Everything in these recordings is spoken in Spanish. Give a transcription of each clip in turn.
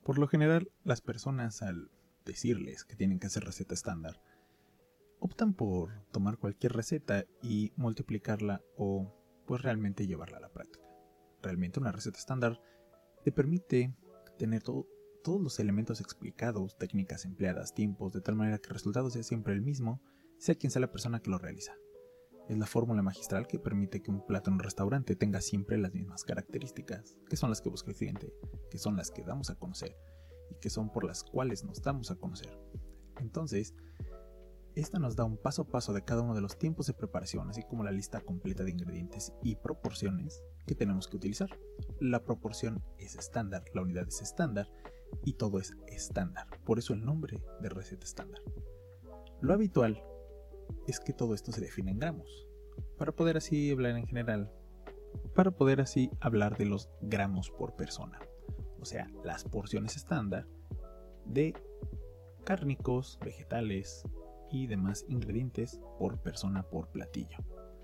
Por lo general, las personas al decirles que tienen que hacer receta estándar, optan por tomar cualquier receta y multiplicarla o pues realmente llevarla a la práctica. Realmente una receta estándar te permite tener todos los elementos explicados, técnicas empleadas, tiempos, de tal manera que el resultado sea siempre el mismo, sea quien sea la persona que lo realiza. Es la fórmula magistral que permite que un plato en un restaurante tenga siempre las mismas características, que son las que busca el cliente, que son las que damos a conocer y que son por las cuales nos damos a conocer. Entonces, esta nos da un paso a paso de cada uno de los tiempos de preparación, así como la lista completa de ingredientes y proporciones que tenemos que utilizar. La proporción es estándar, la unidad es estándar y todo es estándar. Por eso el nombre de receta estándar. Lo habitual es que todo esto se define en gramos, para poder así hablar en general, para poder así hablar de los gramos por persona, o sea, las porciones estándar de cárnicos, vegetales y demás ingredientes por persona por platillo.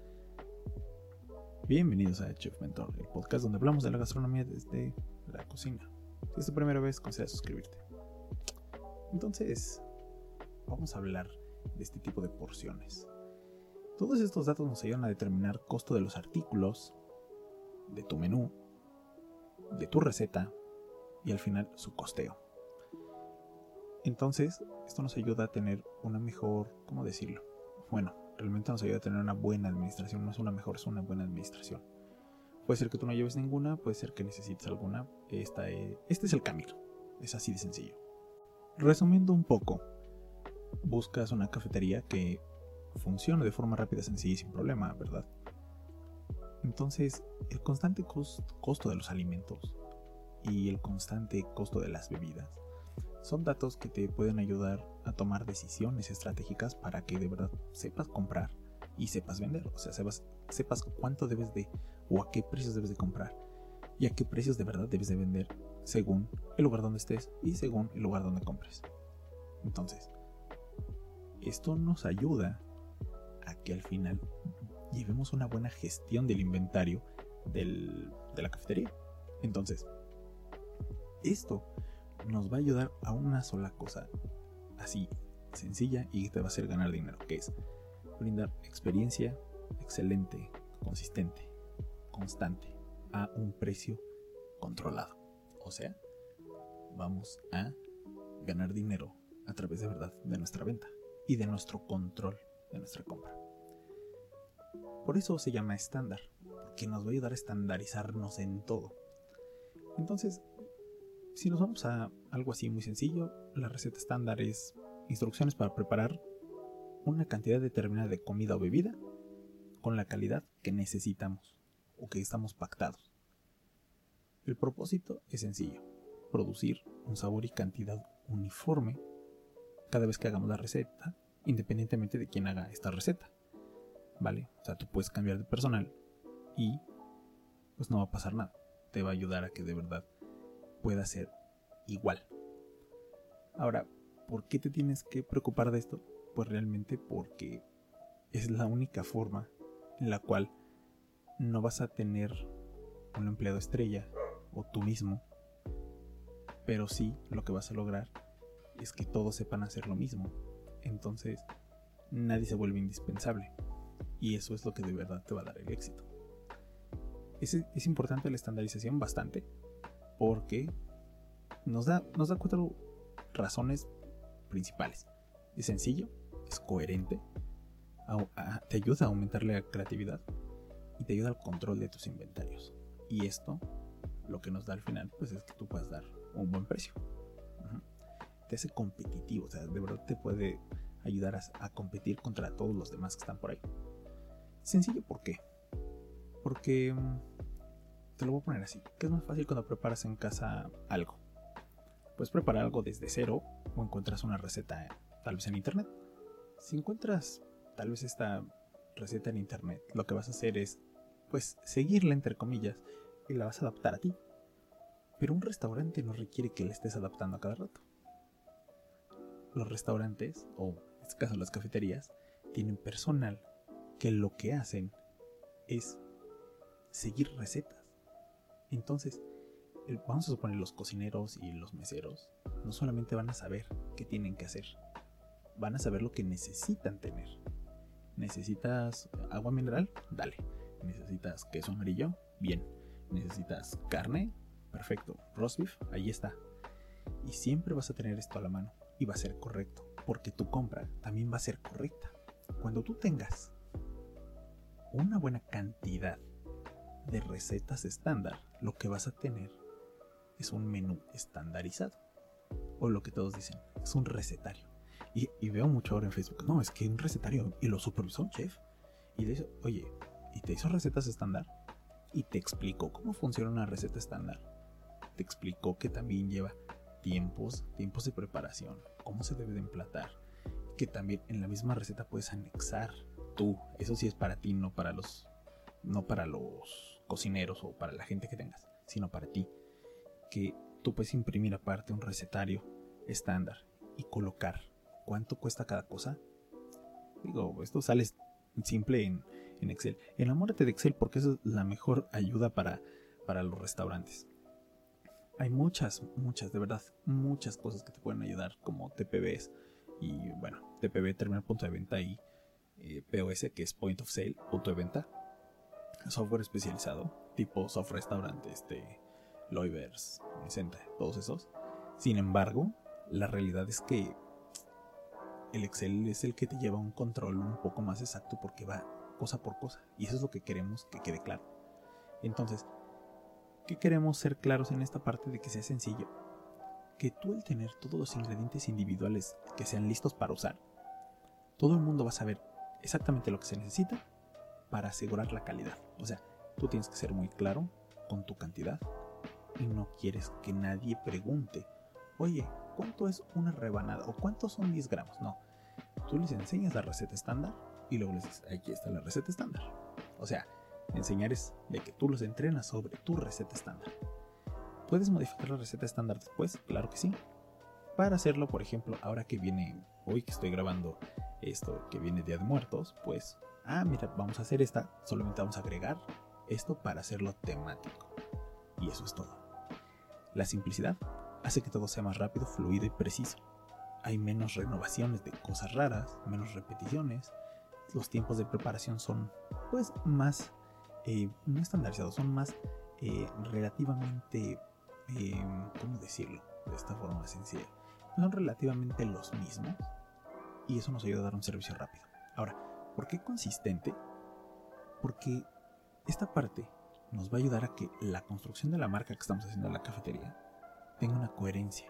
Bienvenidos a Chef Mentor, el podcast donde hablamos de la gastronomía desde la cocina. Si es tu primera vez, considera suscribirte. Entonces, vamos a hablar de este tipo de porciones. Todos estos datos nos ayudan a determinar costo de los artículos, de tu menú, de tu receta y al final su costeo. Entonces, esto nos ayuda a tener una mejor, ¿cómo decirlo? Bueno, realmente nos ayuda a tener una buena administración, no es una mejor, es una buena administración. Puede ser que tú no lleves ninguna, puede ser que necesites alguna. Este es el camino, es así de sencillo. Resumiendo un poco, buscas una cafetería que funcione de forma rápida, sencilla y sin problema, ¿verdad? Entonces, el constante costo de los alimentos y el constante costo de las bebidas son datos que te pueden ayudar a tomar decisiones estratégicas para que de verdad sepas comprar y sepas vender. O sea, sepas cuánto debes de o a qué precios debes de comprar y a qué precios de verdad debes de vender según el lugar donde estés y según el lugar donde compres. Entonces, esto nos ayuda a que al final llevemos una buena gestión del inventario de la cafetería. Entonces, esto nos va a ayudar a una sola cosa así sencilla y que te va a hacer ganar dinero, que es brindar experiencia excelente, consistente, constante, a un precio controlado. O sea, vamos a ganar dinero a través de verdad de nuestra venta y de nuestro control de nuestra compra. Por eso se llama estándar, porque nos va a ayudar a estandarizarnos en todo. Entonces, si nos vamos a algo así muy sencillo, la receta estándar es instrucciones para preparar una cantidad determinada de comida o bebida con la calidad que necesitamos o que estamos pactados. El propósito es sencillo: producir un sabor y cantidad uniforme cada vez que hagamos la receta, independientemente de quién haga esta receta, ¿vale? O sea, tú puedes cambiar de personal y pues no va a pasar nada. Te va a ayudar a que de verdad pueda ser igual. Ahora, ¿por qué te tienes que preocupar de esto? Pues realmente porque es la única forma en la cual no vas a tener un empleado estrella o tú mismo, pero sí lo que vas a lograr es que todos sepan hacer lo mismo. Entonces nadie se vuelve indispensable y eso es lo que de verdad te va a dar el éxito. Es importante la estandarización bastante, porque nos da 4 razones principales. Es sencillo, es coherente, te ayuda a aumentar la creatividad y te ayuda al control de tus inventarios. Y esto lo que nos da al final pues es que tú puedas dar un buen precio. Te hace competitivo, o sea, de verdad te puede ayudar a competir contra todos los demás que están por ahí. Sencillo, ¿por qué? Porque te lo voy a poner así, que es más fácil cuando preparas en casa algo. Puedes preparar algo desde cero o encuentras una receta tal vez en internet. Si encuentras tal vez esta receta en internet, lo que vas a hacer es pues seguirla entre comillas y la vas a adaptar a ti. Pero un restaurante no requiere que la estés adaptando a cada rato. Los restaurantes, o en este caso las cafeterías, tienen personal que lo que hacen es seguir recetas. Entonces, vamos a suponer los cocineros y los meseros no solamente van a saber qué tienen que hacer, van a saber lo que necesitan tener. ¿Necesitas agua mineral? Dale. ¿Necesitas queso amarillo? Bien. ¿Necesitas carne? Perfecto. Roast beef, ahí está. Y siempre vas a tener esto a la mano y va a ser correcto, porque tu compra también va a ser correcta. Cuando tú tengas una buena cantidad de recetas estándar, lo que vas a tener es un menú estandarizado, o lo que todos dicen, es un recetario. Y veo mucho ahora en Facebook, no, es que un recetario y lo supervisó un chef y dice, oye, y te hizo recetas estándar y te explicó cómo funciona una receta estándar, te explicó que también lleva tiempos de preparación, cómo se debe de emplatar, que también en la misma receta puedes anexar tú, eso sí es para ti, no para los cocineros o para la gente que tengas, sino para ti, que tú puedes imprimir aparte un recetario estándar y colocar cuánto cuesta cada cosa. Digo, esto sale simple en Excel. Enamórate de Excel porque es la mejor ayuda para los restaurantes. Hay muchas, de verdad, muchas cosas que te pueden ayudar, como TPVs y bueno, TPV, terminal punto de venta, y POS, que es Point of Sale, punto de venta. Software especializado, tipo Soft Restaurant, Loivers, Centa, todos esos. Sin embargo, la realidad es que el Excel es el que te lleva a un control un poco más exacto porque va cosa por cosa. Y eso es lo que queremos que quede claro. Entonces, ¿qué queremos ser claros en esta parte de que sea sencillo? Que tú al tener todos los ingredientes individuales que sean listos para usar, todo el mundo va a saber exactamente lo que se necesita para asegurar la calidad. O sea, tú tienes que ser muy claro con tu cantidad y no quieres que nadie pregunte, oye, ¿cuánto es una rebanada? ¿O cuántos son 10 gramos? No, tú les enseñas la receta estándar y luego les dices, aquí está la receta estándar. O sea, enseñar es de que tú los entrenas sobre tu receta estándar. ¿Puedes modificar la receta estándar después? Claro que sí. Para hacerlo, por ejemplo, ahora que viene, hoy que estoy grabando esto, que viene Día de Muertos, pues, mira, vamos a hacer esta, solamente vamos a agregar esto para hacerlo temático. Y eso es todo. La simplicidad hace que todo sea más rápido, fluido y preciso. Hay menos renovaciones de cosas raras, menos repeticiones. Los tiempos de preparación son, pues, más, no estandarizados, son más relativamente, ¿cómo decirlo? De esta forma sencilla. Son relativamente los mismos y eso nos ayuda a dar un servicio rápido. Ahora, ¿por qué consistente? Porque esta parte nos va a ayudar a que la construcción de la marca que estamos haciendo en la cafetería tenga una coherencia.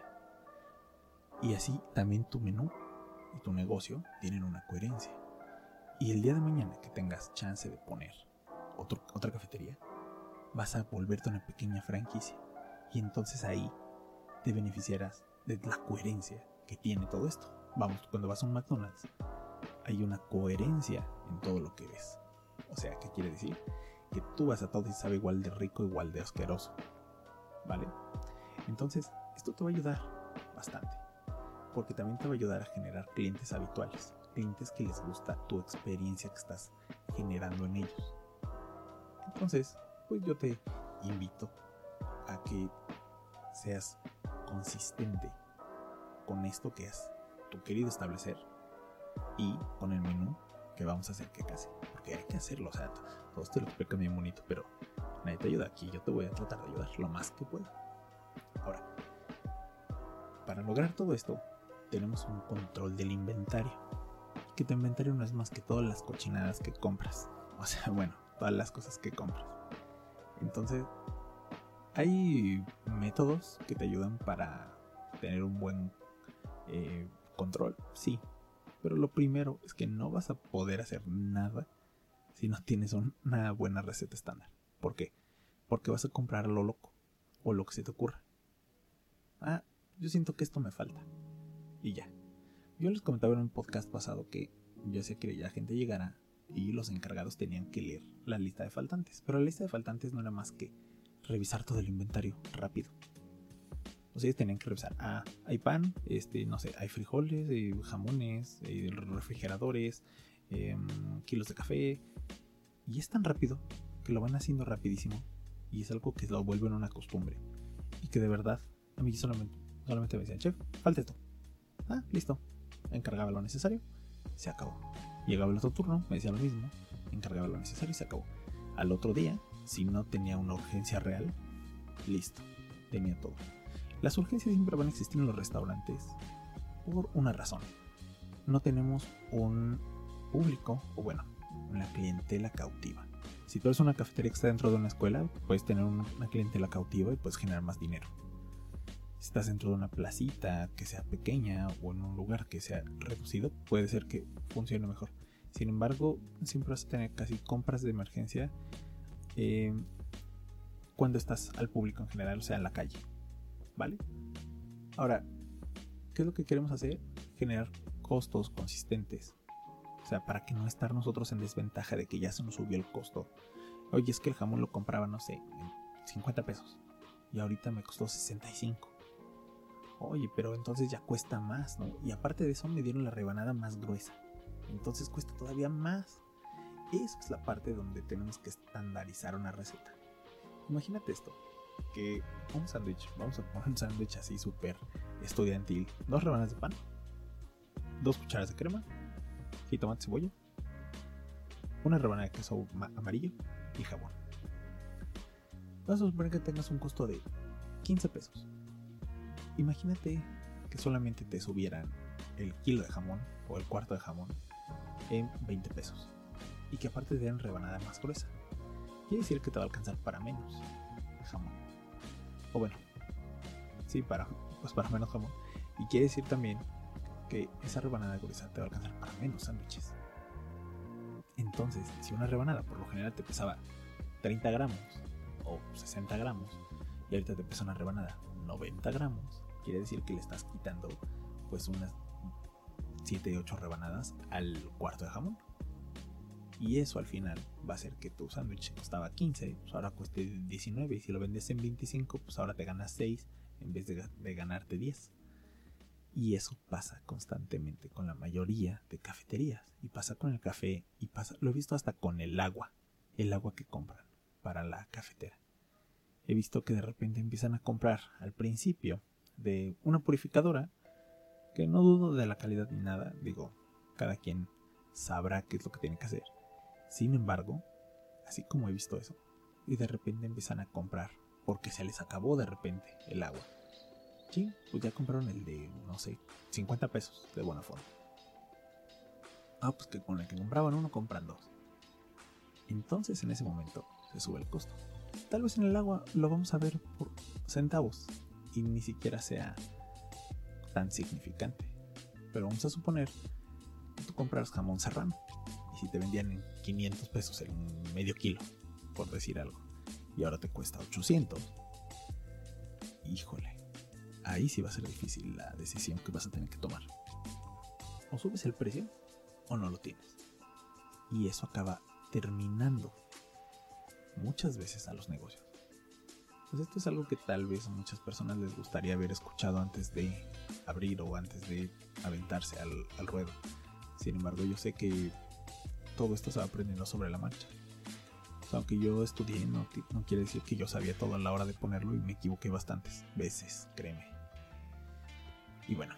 Y así también tu menú y tu negocio tienen una coherencia. Y el día de mañana que tengas chance de poner otra cafetería, vas a volverte una pequeña franquicia. Y entonces ahí te beneficiarás de la coherencia que tiene todo esto. Vamos, cuando vas a un McDonald's, hay una coherencia en todo lo que ves. O sea, ¿qué quiere decir? Que tú vas a todo y sabe igual de rico, igual de asqueroso. ¿Vale? Entonces, esto te va a ayudar bastante. Porque también te va a ayudar a generar clientes habituales. Clientes que les gusta tu experiencia que estás generando en ellos. Entonces, pues yo te invito a que seas consistente con esto que has tú querido establecer y con el menú que vamos a hacer que case, porque hay que hacerlo. O sea, todos te lo explican bien bonito, pero nadie te ayuda aquí. Yo te voy a tratar de ayudar lo más que pueda. Ahora, para lograr todo esto tenemos un control del inventario, que tu inventario no es más que todas las cochinadas que compras, o sea, bueno, todas las cosas que compras. Entonces hay métodos que te ayudan para tener un buen control, sí, pero lo primero es que no vas a poder hacer nada si no tienes una buena receta estándar. ¿Por qué? Porque vas a comprar a lo loco o lo que se te ocurra. Yo siento que esto me falta y ya. Yo les comentaba en un podcast pasado que yo sé que la gente llegara y los encargados tenían que leer la lista de faltantes, pero la lista de faltantes no era más que revisar todo el inventario rápido. Ustedes tenían que revisar, hay pan, no sé, hay frijoles, jamones, refrigeradores, kilos de café, y es tan rápido que lo van haciendo rapidísimo y es algo que lo vuelven una costumbre. y que de verdad a mí solamente me decían, chef, falta esto. Ah, listo. Encargaba lo necesario, se acabó. Llegaba el otro turno, me decía lo mismo, encargaba lo necesario y se acabó. Al otro día, si no tenía una urgencia real, listo, tenía todo. Las urgencias siempre van a existir en los restaurantes por una razón. No tenemos un público, o bueno, una clientela cautiva. Si tú eres una cafetería que está dentro de una escuela, puedes tener una clientela cautiva y puedes generar más dinero. Si estás dentro de una placita que sea pequeña o en un lugar que sea reducido, puede ser que funcione mejor. Sin embargo, siempre vas a tener casi compras de emergencia cuando estás al público en general, o sea, en la calle, ¿vale? Ahora, ¿qué es lo que queremos hacer? Generar costos consistentes. O sea, para que no estar nosotros en desventaja de que ya se nos subió el costo. Oye, es que el jamón lo compraba, no sé, en 50 pesos. Y ahorita me costó 65. Oye, pero entonces ya cuesta más, ¿no? Y aparte de eso me dieron la rebanada más gruesa. Entonces cuesta todavía más. Esa es la parte donde tenemos que estandarizar una receta. Imagínate esto. Que un sándwich, vamos a poner un sándwich así súper estudiantil. 2 rebanadas de pan, 2 cucharas de crema, jitomate, cebolla, una rebanada de queso amarillo y jabón. Vamos a suponer que tengas un costo de 15 pesos. Imagínate que solamente te subieran el kilo de jamón o el cuarto de jamón en 20 pesos. Y que aparte te den rebanada más gruesa. Quiere decir que te va a alcanzar para menos jamón. O bueno, sí, para menos jamón. Y quiere decir también que esa rebanada gruesa te va a alcanzar para menos sándwiches. Entonces, si una rebanada por lo general te pesaba 30 gramos o 60 gramos y ahorita te pesa una rebanada 90 gramos, quiere decir que le estás quitando pues unas 7 8 rebanadas al cuarto de jamón. Y eso al final va a hacer que tu sándwich costaba 15, pues ahora cueste 19. Y si lo vendes en 25, pues ahora te ganas 6 en vez de ganarte 10. Y eso pasa constantemente con la mayoría de cafeterías. Y pasa con el café, y pasa, lo he visto hasta con el agua que compran para la cafetera. He visto que de repente empiezan a comprar al principio de una purificadora, que no dudo de la calidad ni nada, digo, cada quien sabrá qué es lo que tiene que hacer. Sin embargo, así como he visto eso, y de repente empiezan a comprar porque se les acabó de repente el agua. Sí, pues ya compraron el de, no sé, 50 pesos de buena forma. Ah, pues que con el que compraban uno compran 2. Entonces en ese momento se sube el costo. Tal vez en el agua lo vamos a ver por centavos y ni siquiera sea tan significante. Pero vamos a suponer que tú compras jamón serrano y si te vendían en 500 pesos en medio kilo, por decir algo, y ahora te cuesta 800, híjole, ahí sí va a ser difícil la decisión que vas a tener que tomar. O subes el precio o no lo tienes. Y eso acaba terminando muchas veces a los negocios. Pues esto es algo que tal vez a muchas personas les gustaría haber escuchado antes de abrir o antes de aventarse al ruedo. Sin embargo, yo sé que todo esto se va aprendiendo sobre la marcha. Aunque yo estudié, no quiere decir que yo sabía todo a la hora de ponerlo y me equivoqué bastantes veces, créeme. Y bueno,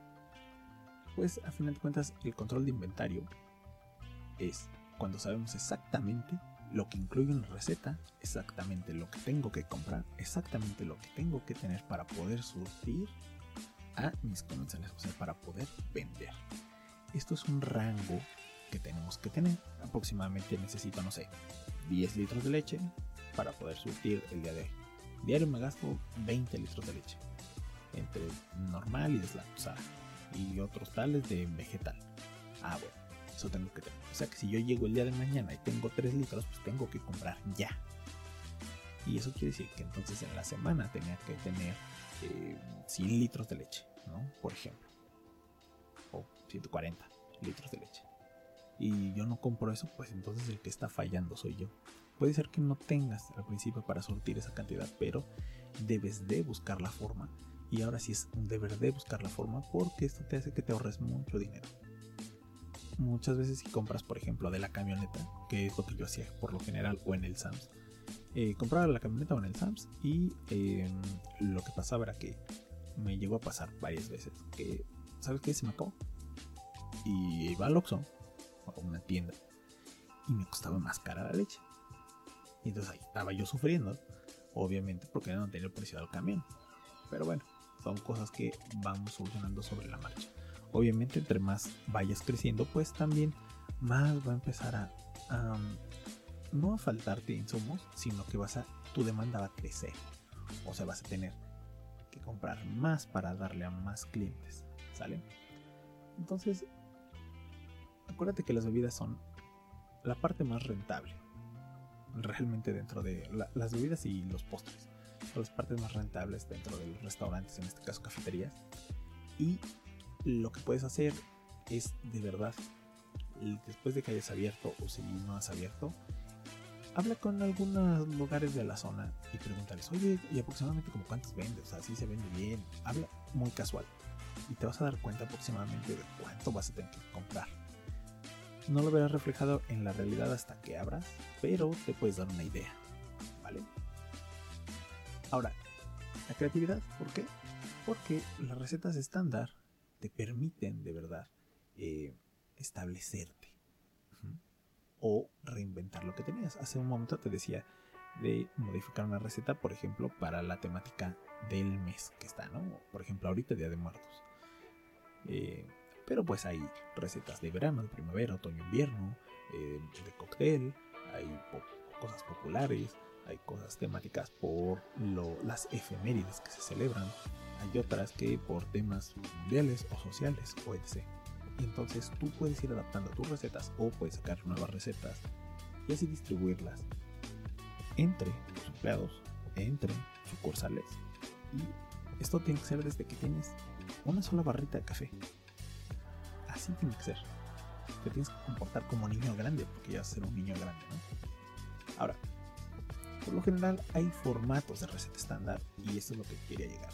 pues a final de cuentas el control de inventario es cuando sabemos exactamente lo que incluye una receta, exactamente lo que tengo que comprar, exactamente lo que tengo que tener para poder surtir a mis comensales, o sea, para poder vender. Esto es un rango que tenemos que tener. Aproximadamente necesito, no sé, 10 litros de leche para poder surtir el día de hoy. Diario me gasto 20 litros de leche, entre normal y deslactosada, y otros tales de vegetal. Ah, bueno, eso tengo que tener. O sea que si yo llego el día de mañana y tengo 3 litros, pues tengo que comprar ya. Y eso quiere decir que entonces en la semana tenía que tener 100 litros de leche, ¿no? Por ejemplo. O 140 litros de leche. Y yo no compro eso, pues entonces el que está fallando soy yo. Puede ser que no tengas al principio para surtir esa cantidad, pero debes de buscar la forma. Y ahora sí es un deber de buscar la forma, porque esto te hace que te ahorres mucho dinero. Muchas veces si compras, por ejemplo, de la camioneta, que es lo que yo hacía por lo general, o en el Sam's, compraba la camioneta en el Sams y lo que pasaba era que me llegó a pasar varias veces que, ¿sabes qué? Se me acabó. Y iba al Oxxo, a una tienda, y me costaba más cara la leche. Y entonces ahí estaba yo sufriendo, obviamente porque no tenía el precio del camión. Pero bueno, son cosas que vamos solucionando sobre la marcha. Obviamente entre más vayas creciendo, pues también más va a empezar a no a faltarte insumos, sino que tu demanda va a crecer. O sea, vas a tener que comprar más para darle a más clientes, ¿sale? Entonces, acuérdate que las bebidas son la parte más rentable. Realmente dentro de las bebidas y los postres son las partes más rentables dentro de los restaurantes, en este caso cafeterías. Y lo que puedes hacer es, de verdad, después de que hayas abierto o si no has abierto, habla con algunos lugares de la zona y pregúntales, oye, ¿y aproximadamente como cuántos vendes? O sea, si se vende bien. Habla muy casual y te vas a dar cuenta aproximadamente de cuánto vas a tener que comprar. No lo verás reflejado en la realidad hasta que abras, pero te puedes dar una idea, ¿vale? Ahora, la creatividad, ¿por qué? Porque las recetas estándar te permiten de verdad establecerte o reinventar lo que tenías. Hace un momento te decía de modificar una receta, por ejemplo, para la temática del mes que está, ¿no? Por ejemplo, ahorita Día de Muertos. Pero pues hay recetas de verano, de primavera, otoño, invierno, de cóctel, hay cosas populares, hay cosas temáticas por las efemérides que se celebran, hay otras que por temas mundiales o sociales o etc. Y entonces tú puedes ir adaptando tus recetas o puedes sacar nuevas recetas y así distribuirlas entre tus empleados, entre sucursales. Y esto tiene que ser desde que tienes una sola barrita de café. Así tiene que ser. Te tienes que comportar como niño grande, porque ya vas a ser un niño grande, ¿no? Ahora, por lo general hay formatos de receta estándar y esto es lo que quería llegar.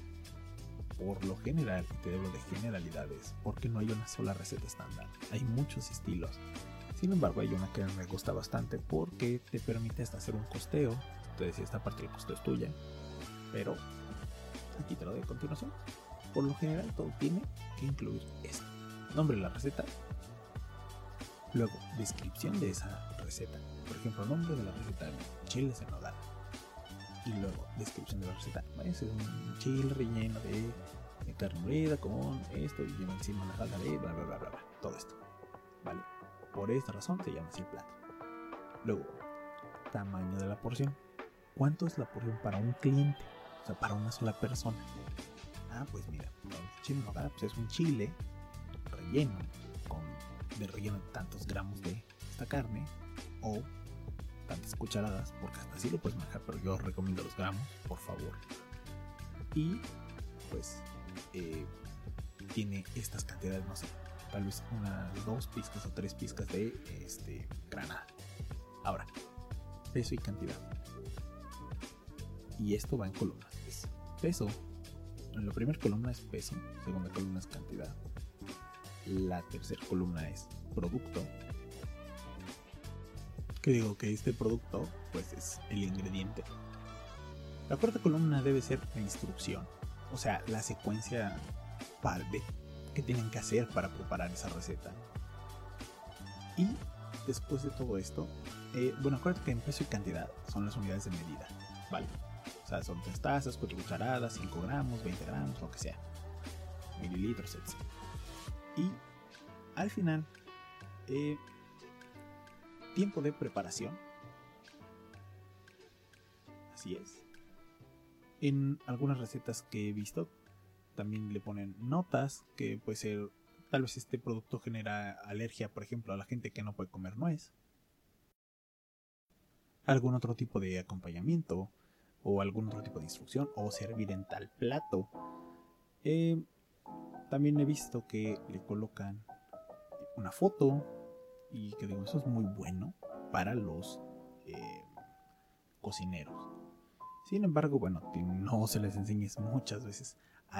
Por lo general, y te hablo de generalidades, porque no hay una sola receta estándar. Hay muchos estilos. Sin embargo, hay una que me gusta bastante porque te permite hasta hacer un costeo. Te decía, esta parte del costeo es tuya, pero aquí te lo doy a continuación. Por lo general, todo tiene que incluir esto: nombre de la receta, luego descripción de esa receta, por ejemplo, nombre de la receta: chiles en nogada, y luego descripción de la receta: es un chile relleno de carne molida con esto y lleva encima una salsa de bla bla bla bla bla, todo esto, vale. Por esta razón se llama así el plato. Luego, tamaño de la porción: ¿cuánto es la porción para un cliente? O sea, para una sola persona. Pues mira, chile en nogada pues es un chile relleno de relleno de tantos gramos de esta carne o tantas cucharadas, porque hasta así lo puedes manejar, pero yo recomiendo los gramos, por favor. Y pues tiene estas cantidades, no sé, tal vez 2 pizcas o 3 pizcas de granada. Ahora, peso y cantidad, y esto va en columnas. Es peso, en la primera columna es peso, segunda columna es cantidad, la tercera columna es producto, que digo que este producto pues es el ingrediente. La cuarta columna debe ser la instrucción, o sea, la secuencia de qué tienen que hacer para preparar esa receta. Y después de todo esto, bueno, acuérdate que en peso y cantidad son las unidades de medida, ¿vale? O sea, son 3 tazas, 4 cucharadas, 5 gramos, 20 gramos, lo que sea, mililitros, etc. Y al final, tiempo de preparación. Así es. En algunas recetas que he visto, también le ponen notas, que puede ser, tal vez este producto genera alergia, por ejemplo, a la gente que no puede comer nuez. Algún otro tipo de acompañamiento, o algún otro tipo de instrucción, o servir en tal plato. También he visto que le colocan una foto, y que digo, eso es muy bueno para los cocineros. Sin embargo, bueno, no se les enseñes muchas veces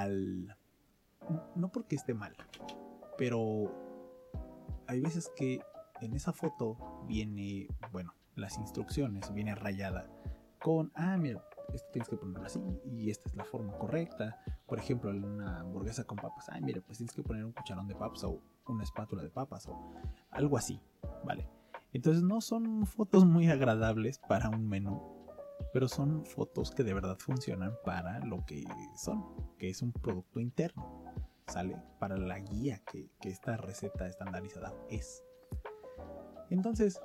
no porque esté mal, pero hay veces que en esa foto viene, bueno, las instrucciones, viene rayada con, mira, esto tienes que ponerlo así y esta es la forma correcta. Por ejemplo, en una hamburguesa con papas, mira, pues tienes que poner un cucharón de papas o una espátula de papas o algo así, ¿vale? Entonces no son fotos muy agradables para un menú, pero son fotos que de verdad funcionan para lo que son, que es un producto interno, ¿sale? Para la guía que esta receta estandarizada es. Entonces,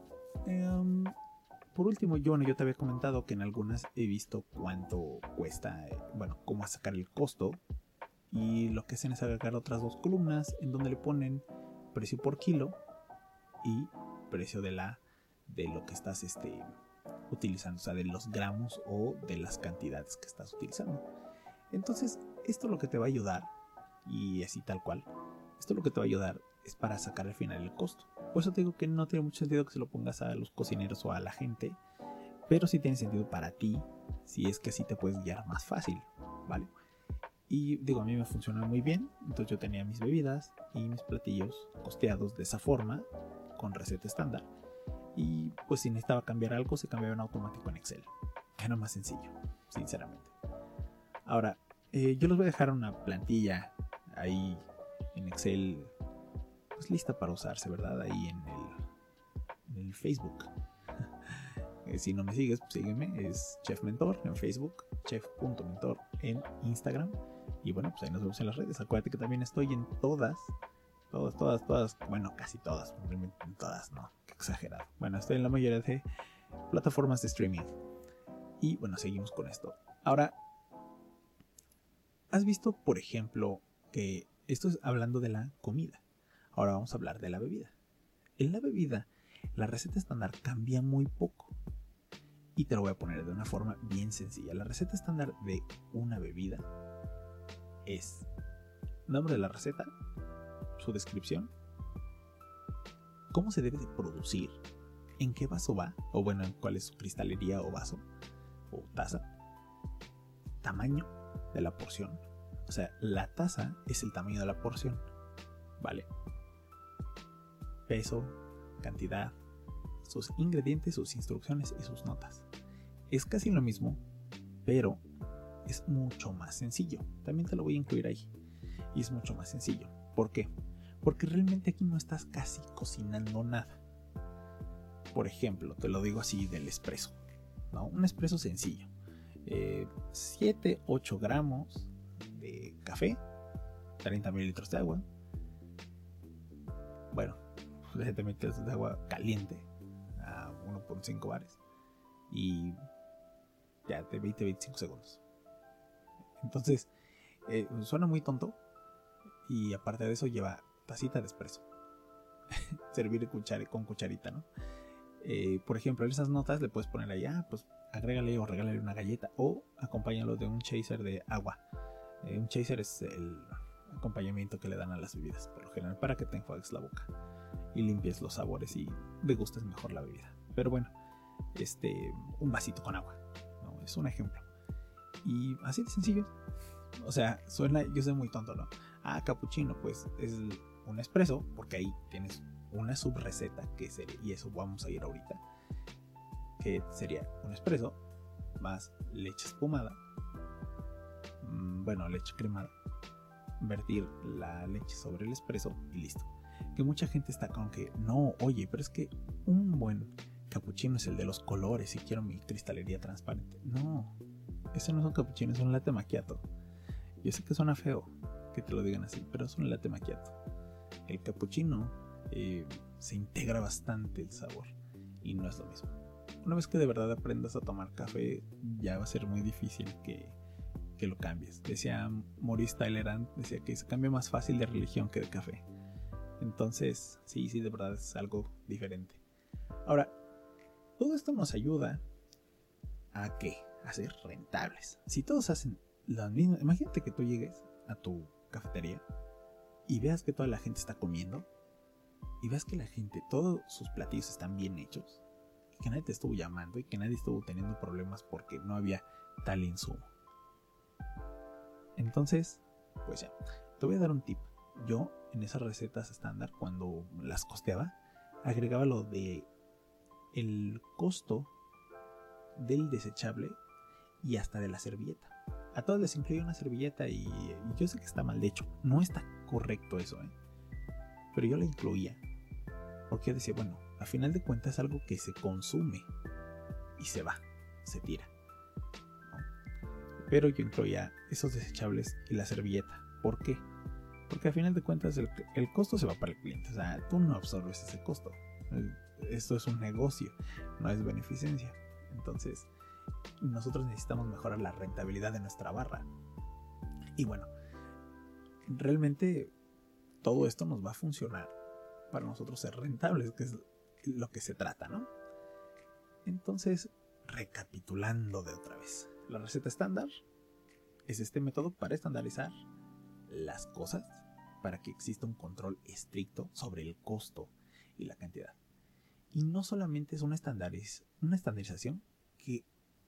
por último, yo te había comentado que en algunas he visto cuánto cuesta, cómo sacar el costo. Y lo que hacen es agregar otras dos columnas en donde le ponen precio por kilo y precio de lo que estás utilizando, o sea, de los gramos o de las cantidades que estás utilizando. Entonces, esto lo que te va a ayudar, y así tal cual, esto lo que te va a ayudar es para sacar al final el costo. Por eso te digo que no tiene mucho sentido que se lo pongas a los cocineros o a la gente, pero sí tiene sentido para ti, si es que así te puedes guiar más fácil, ¿vale? Y digo, a mí me funciona muy bien. Entonces yo tenía mis bebidas y mis platillos costeados de esa forma, con receta estándar. Y pues si necesitaba cambiar algo, se cambiaba en automático en Excel. Era más sencillo, sinceramente. Ahora, yo les voy a dejar una plantilla ahí en Excel, pues lista para usarse, ¿verdad? Ahí en el Facebook. Si no me sigues, pues sígueme. Es Chef Mentor en Facebook, chef.mentor en Instagram. Y bueno, pues ahí nos vemos en las redes. Acuérdate que también estoy en todas. Bueno, casi todas. En todas, no, qué exagerado. Bueno, estoy en la mayoría de plataformas de streaming. Y bueno, seguimos con esto. Ahora, ¿has visto, por ejemplo, que esto es hablando de la comida? Ahora vamos a hablar de la bebida. En la bebida, la receta estándar cambia muy poco. Y te lo voy a poner de una forma bien sencilla. La receta estándar de una bebida es nombre de la receta, su descripción, cómo se debe de producir, en qué vaso va, o bueno, en cuál es su cristalería o vaso, o taza, tamaño de la porción. O sea, la taza es el tamaño de la porción, ¿vale? Peso, cantidad, sus ingredientes, sus instrucciones y sus notas. Es casi lo mismo, pero es mucho más sencillo. También te lo voy a incluir ahí. Y es mucho más sencillo. ¿Por qué? Porque realmente aquí no estás casi cocinando nada. Por ejemplo, te lo digo así del espresso, ¿no? Un espresso sencillo. 7, 8 gramos de café, 30 mililitros de agua. Bueno, 7 mililitros de agua caliente a 1.5 bares. Y ya de 20-25 segundos. Entonces, suena muy tonto. Y aparte de eso lleva tacita de espresso. Servir con cucharita, ¿no? Por ejemplo, en esas notas le puedes poner ahí, pues agrégale o regálale una galleta o acompáñalo de un chaser de agua. Un chaser es el acompañamiento que le dan a las bebidas, por lo general, para que te enjuagues la boca y limpies los sabores y degustes mejor la bebida. Pero bueno, un vasito con agua, ¿no? Es un ejemplo. Y así de sencillo. O sea, yo soy muy tonto, ¿no? Cappuccino, pues es un espresso, porque ahí tienes una subreceta que sería, y eso vamos a ir ahorita, que sería un espresso más leche espumada, leche cremada, vertir la leche sobre el espresso y listo. Que mucha gente está con que no, oye, pero es que un buen cappuccino es el de los colores y quiero mi cristalería transparente. No, ese no es un cappuccino, es un latte macchiato. Yo sé que suena feo que te lo digan así, pero es un latte macchiato. El cappuccino se integra bastante el sabor y no es lo mismo. Una vez que de verdad aprendas a tomar café, ya va a ser muy difícil que lo cambies. Decía Maurice Talleyrand, decía que se cambia más fácil de religión que de café. Entonces, sí, de verdad es algo diferente. Ahora, todo esto nos ayuda a ¿qué? A ser rentables. Si todos hacen lo mismo, imagínate que tú llegues a tu cafetería y veas que toda la gente está comiendo y veas que la gente, todos sus platillos están bien hechos y que nadie te estuvo llamando y que nadie estuvo teniendo problemas porque no había tal insumo. Entonces, pues ya, te voy a dar un tip. Yo en esas recetas estándar, cuando las costeaba, agregaba lo de el costo del desechable y hasta de la servilleta. A todos les incluye una servilleta y yo sé que está mal, de hecho, no está correcto eso, pero yo la incluía. Porque yo decía, bueno, a final de cuentas es algo que se consume y se va, se tira, ¿no? Pero yo incluía esos desechables y la servilleta. ¿Por qué? Porque a final de cuentas el costo se va para el cliente. O sea, tú no absorbes ese costo. Esto es un negocio, no es beneficencia. Entonces, nosotros necesitamos mejorar la rentabilidad de nuestra barra. Y bueno, realmente todo esto nos va a funcionar para nosotros ser rentables, que es lo que se trata, ¿no? Entonces, recapitulando de otra vez, la receta estándar es este método para estandarizar las cosas, para que exista un control estricto sobre el costo y la cantidad. Y no solamente es una estandarización que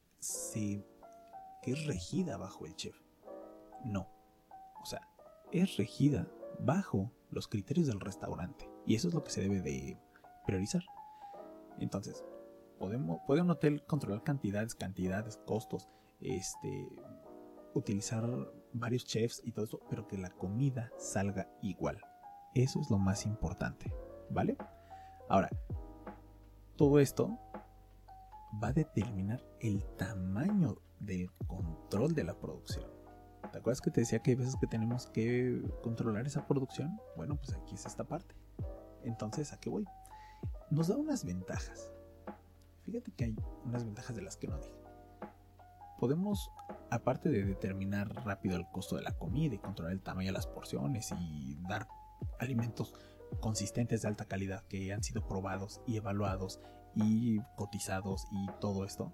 es regida bajo el chef. No. O sea, es regida bajo los criterios del restaurante. Y eso es lo que se debe de priorizar. Entonces, puede un hotel controlar cantidades, costos, utilizar varios chefs y todo eso, pero que la comida salga igual. Eso es lo más importante, ¿vale? Ahora, todo esto va a determinar el tamaño del control de la producción. ¿Te acuerdas que te decía que hay veces que tenemos que controlar esa producción? Bueno, pues aquí es esta parte. Entonces, ¿a qué voy? Nos da unas ventajas. Fíjate que hay unas ventajas de las que no dije. Podemos, aparte de determinar rápido el costo de la comida y controlar el tamaño de las porciones y dar alimentos consistentes de alta calidad que han sido probados y evaluados y cotizados y todo esto,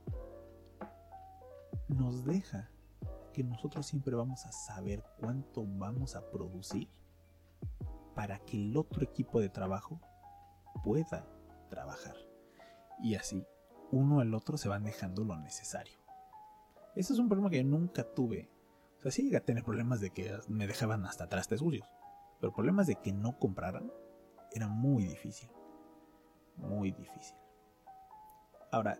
nos deja que nosotros siempre vamos a saber cuánto vamos a producir para que el otro equipo de trabajo pueda trabajar. Y así, uno al otro se van dejando lo necesario. Ese es un problema que yo nunca tuve. O sea, sí llegué a tener problemas de que me dejaban hasta trastes sucios, pero problemas de que no compraran era muy difícil. Muy difícil. Ahora,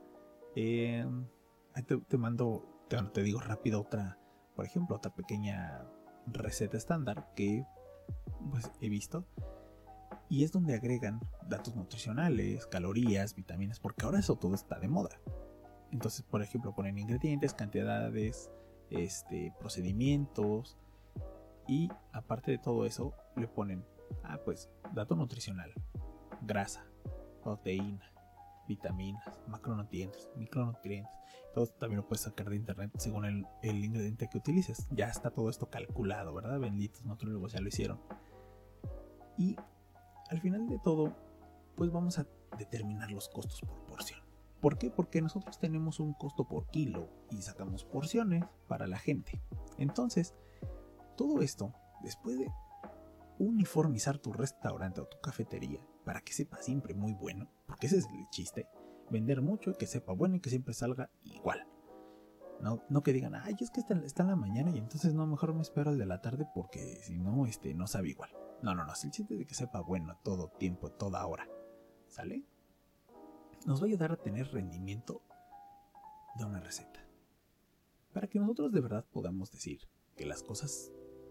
te digo rápido otra, por ejemplo, otra pequeña receta estándar que pues he visto. Y es donde agregan datos nutricionales, calorías, vitaminas, porque ahora eso todo está de moda. Entonces, por ejemplo, ponen ingredientes, cantidades, procedimientos. Y aparte de todo eso, le ponen, pues, dato nutricional, grasa, proteína, vitaminas, macronutrientes, micronutrientes. Todo esto también lo puedes sacar de internet según el ingrediente que utilices. Ya está todo esto calculado, ¿verdad? Benditos nutriólogos ya lo hicieron. Y al final de todo, pues vamos a determinar los costos por porción. ¿Por qué? Porque nosotros tenemos un costo por kilo y sacamos porciones para la gente. Entonces, todo esto, después de uniformizar tu restaurante o tu cafetería para que sepa siempre muy bueno, porque ese es el chiste, vender mucho y que sepa bueno y que siempre salga igual. No que digan, es que está en la mañana y entonces no, mejor me espero al de la tarde porque si no, no sabe igual. No, es el chiste de que sepa bueno todo tiempo, toda hora. ¿Sale? Nos va a ayudar a tener rendimiento de una receta. Para que nosotros de verdad podamos decir que las cosas,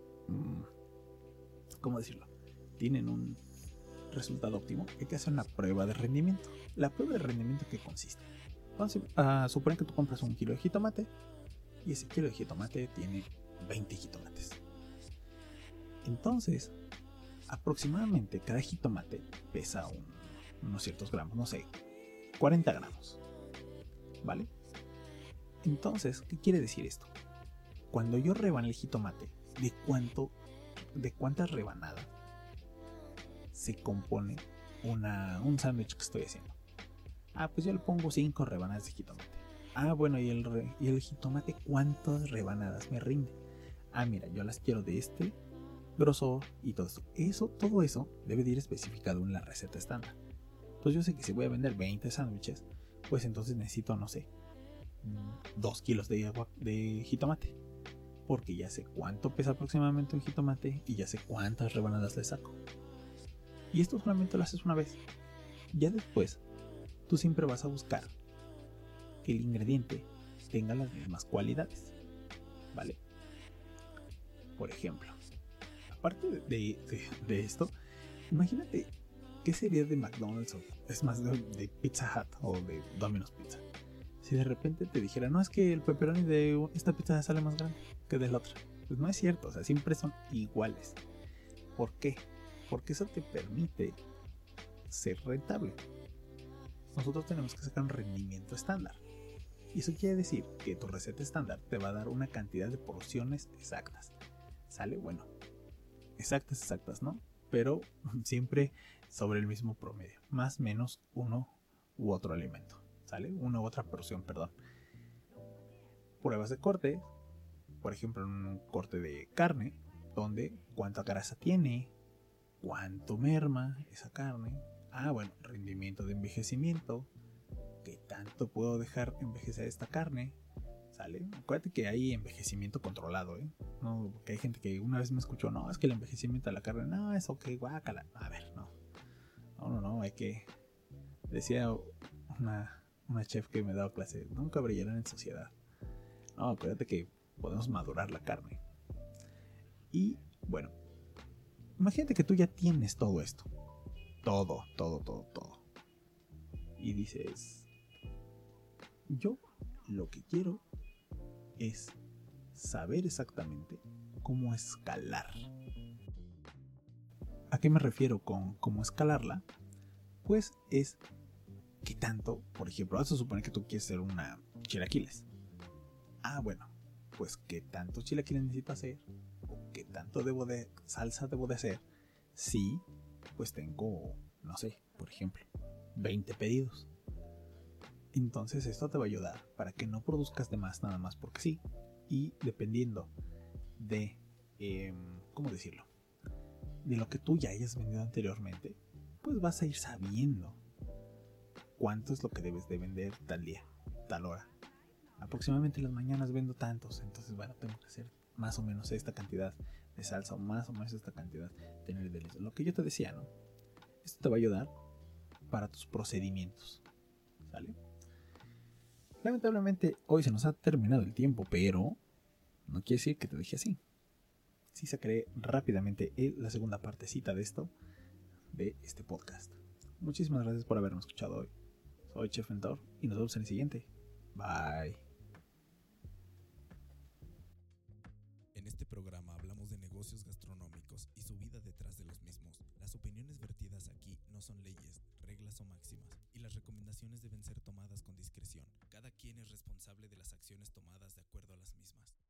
¿cómo decirlo?, tienen un resultado óptimo, hay que hacer una prueba de rendimiento. La prueba de rendimiento, ¿qué consiste? Vamos a suponer que tú compras un kilo de jitomate y ese kilo de jitomate tiene 20 jitomates. Entonces, aproximadamente cada jitomate pesa unos ciertos gramos, no sé, 40 gramos, ¿vale? Entonces, ¿qué quiere decir esto? Cuando yo rebane el jitomate, ¿de cuántas rebanadas se compone un sándwich que estoy haciendo? Pues yo le pongo 5 rebanadas de jitomate. Bueno, ¿y el jitomate cuántas rebanadas me rinde? Mira, yo las quiero de este grosor y todo eso. Todo eso debe de ir especificado en la receta estándar. Entonces yo sé que si voy a vender 20 sándwiches, pues entonces necesito, no sé, 2 kilos de jitomate. Porque ya sé cuánto pesa aproximadamente un jitomate y ya sé cuántas rebanadas le saco. Y esto solamente lo haces una vez. Ya después, tú siempre vas a buscar que el ingrediente tenga las mismas cualidades, ¿vale? Por ejemplo, aparte de esto, imagínate qué sería de McDonald's, o es más de Pizza Hut o de Domino's Pizza, si de repente te dijera, no, es que el pepperoni de esta pizza sale más grande que de la otra. Pues no es cierto, o sea, siempre son iguales. ¿Por qué? Porque eso te permite ser rentable. Nosotros tenemos que sacar un rendimiento estándar. Y eso quiere decir que tu receta estándar te va a dar una cantidad de porciones exactas. ¿Sale? Bueno, exactas, ¿no? Pero siempre sobre el mismo promedio. Más o menos uno u otro alimento. ¿Sale? Una u otra porción, perdón. Pruebas de corte. Por ejemplo, un corte de carne, donde cuánta grasa tiene, cuánto merma esa carne. Bueno, rendimiento de envejecimiento. ¿Qué tanto puedo dejar envejecer esta carne? ¿Sale? Acuérdate que hay envejecimiento controlado, ¿eh? No, porque hay gente que una vez me escuchó, no, es que el envejecimiento de la carne, no, es ok, guácala. A ver, no, hay que... Decía una chef que me daba clase, nunca brillarán en sociedad. No, acuérdate que podemos madurar la carne. Y bueno, imagínate que tú ya tienes todo esto. Todo. Y dices, yo lo que quiero es saber exactamente cómo escalar. ¿A qué me refiero con cómo escalarla? Pues es que tanto, por ejemplo, vamos a suponer que tú quieres hacer una chilaquiles. Bueno, pues qué tanto chilaquiles necesito hacer, o qué tanto salsa debo de hacer, si pues tengo, no sé, por ejemplo, 20 pedidos. Entonces esto te va a ayudar para que no produzcas de más nada más porque sí. Y dependiendo de, ¿cómo decirlo? De lo que tú ya hayas vendido anteriormente, pues vas a ir sabiendo cuánto es lo que debes de vender tal día, tal hora. Aproximadamente en las mañanas vendo tantos, entonces bueno, tengo que hacer más o menos esta cantidad de salsa o más o menos esta cantidad de ingredientes. Lo que yo te decía, ¿no? Esto te va a ayudar para tus procedimientos, ¿sale? Lamentablemente hoy se nos ha terminado el tiempo, pero no quiere decir que te deje así. Sí sacaré rápidamente la segunda partecita de este podcast. Muchísimas gracias por haberme escuchado hoy. Soy Chef Mentor y nos vemos en el siguiente. Bye. En este programa hablamos de negocios gastronómicos y su vida detrás de los mismos. Las opiniones vertidas aquí no son leyes, reglas o máximas, y las recomendaciones deben ser tomadas con discreción. Cada quien es responsable de las acciones tomadas de acuerdo a las mismas.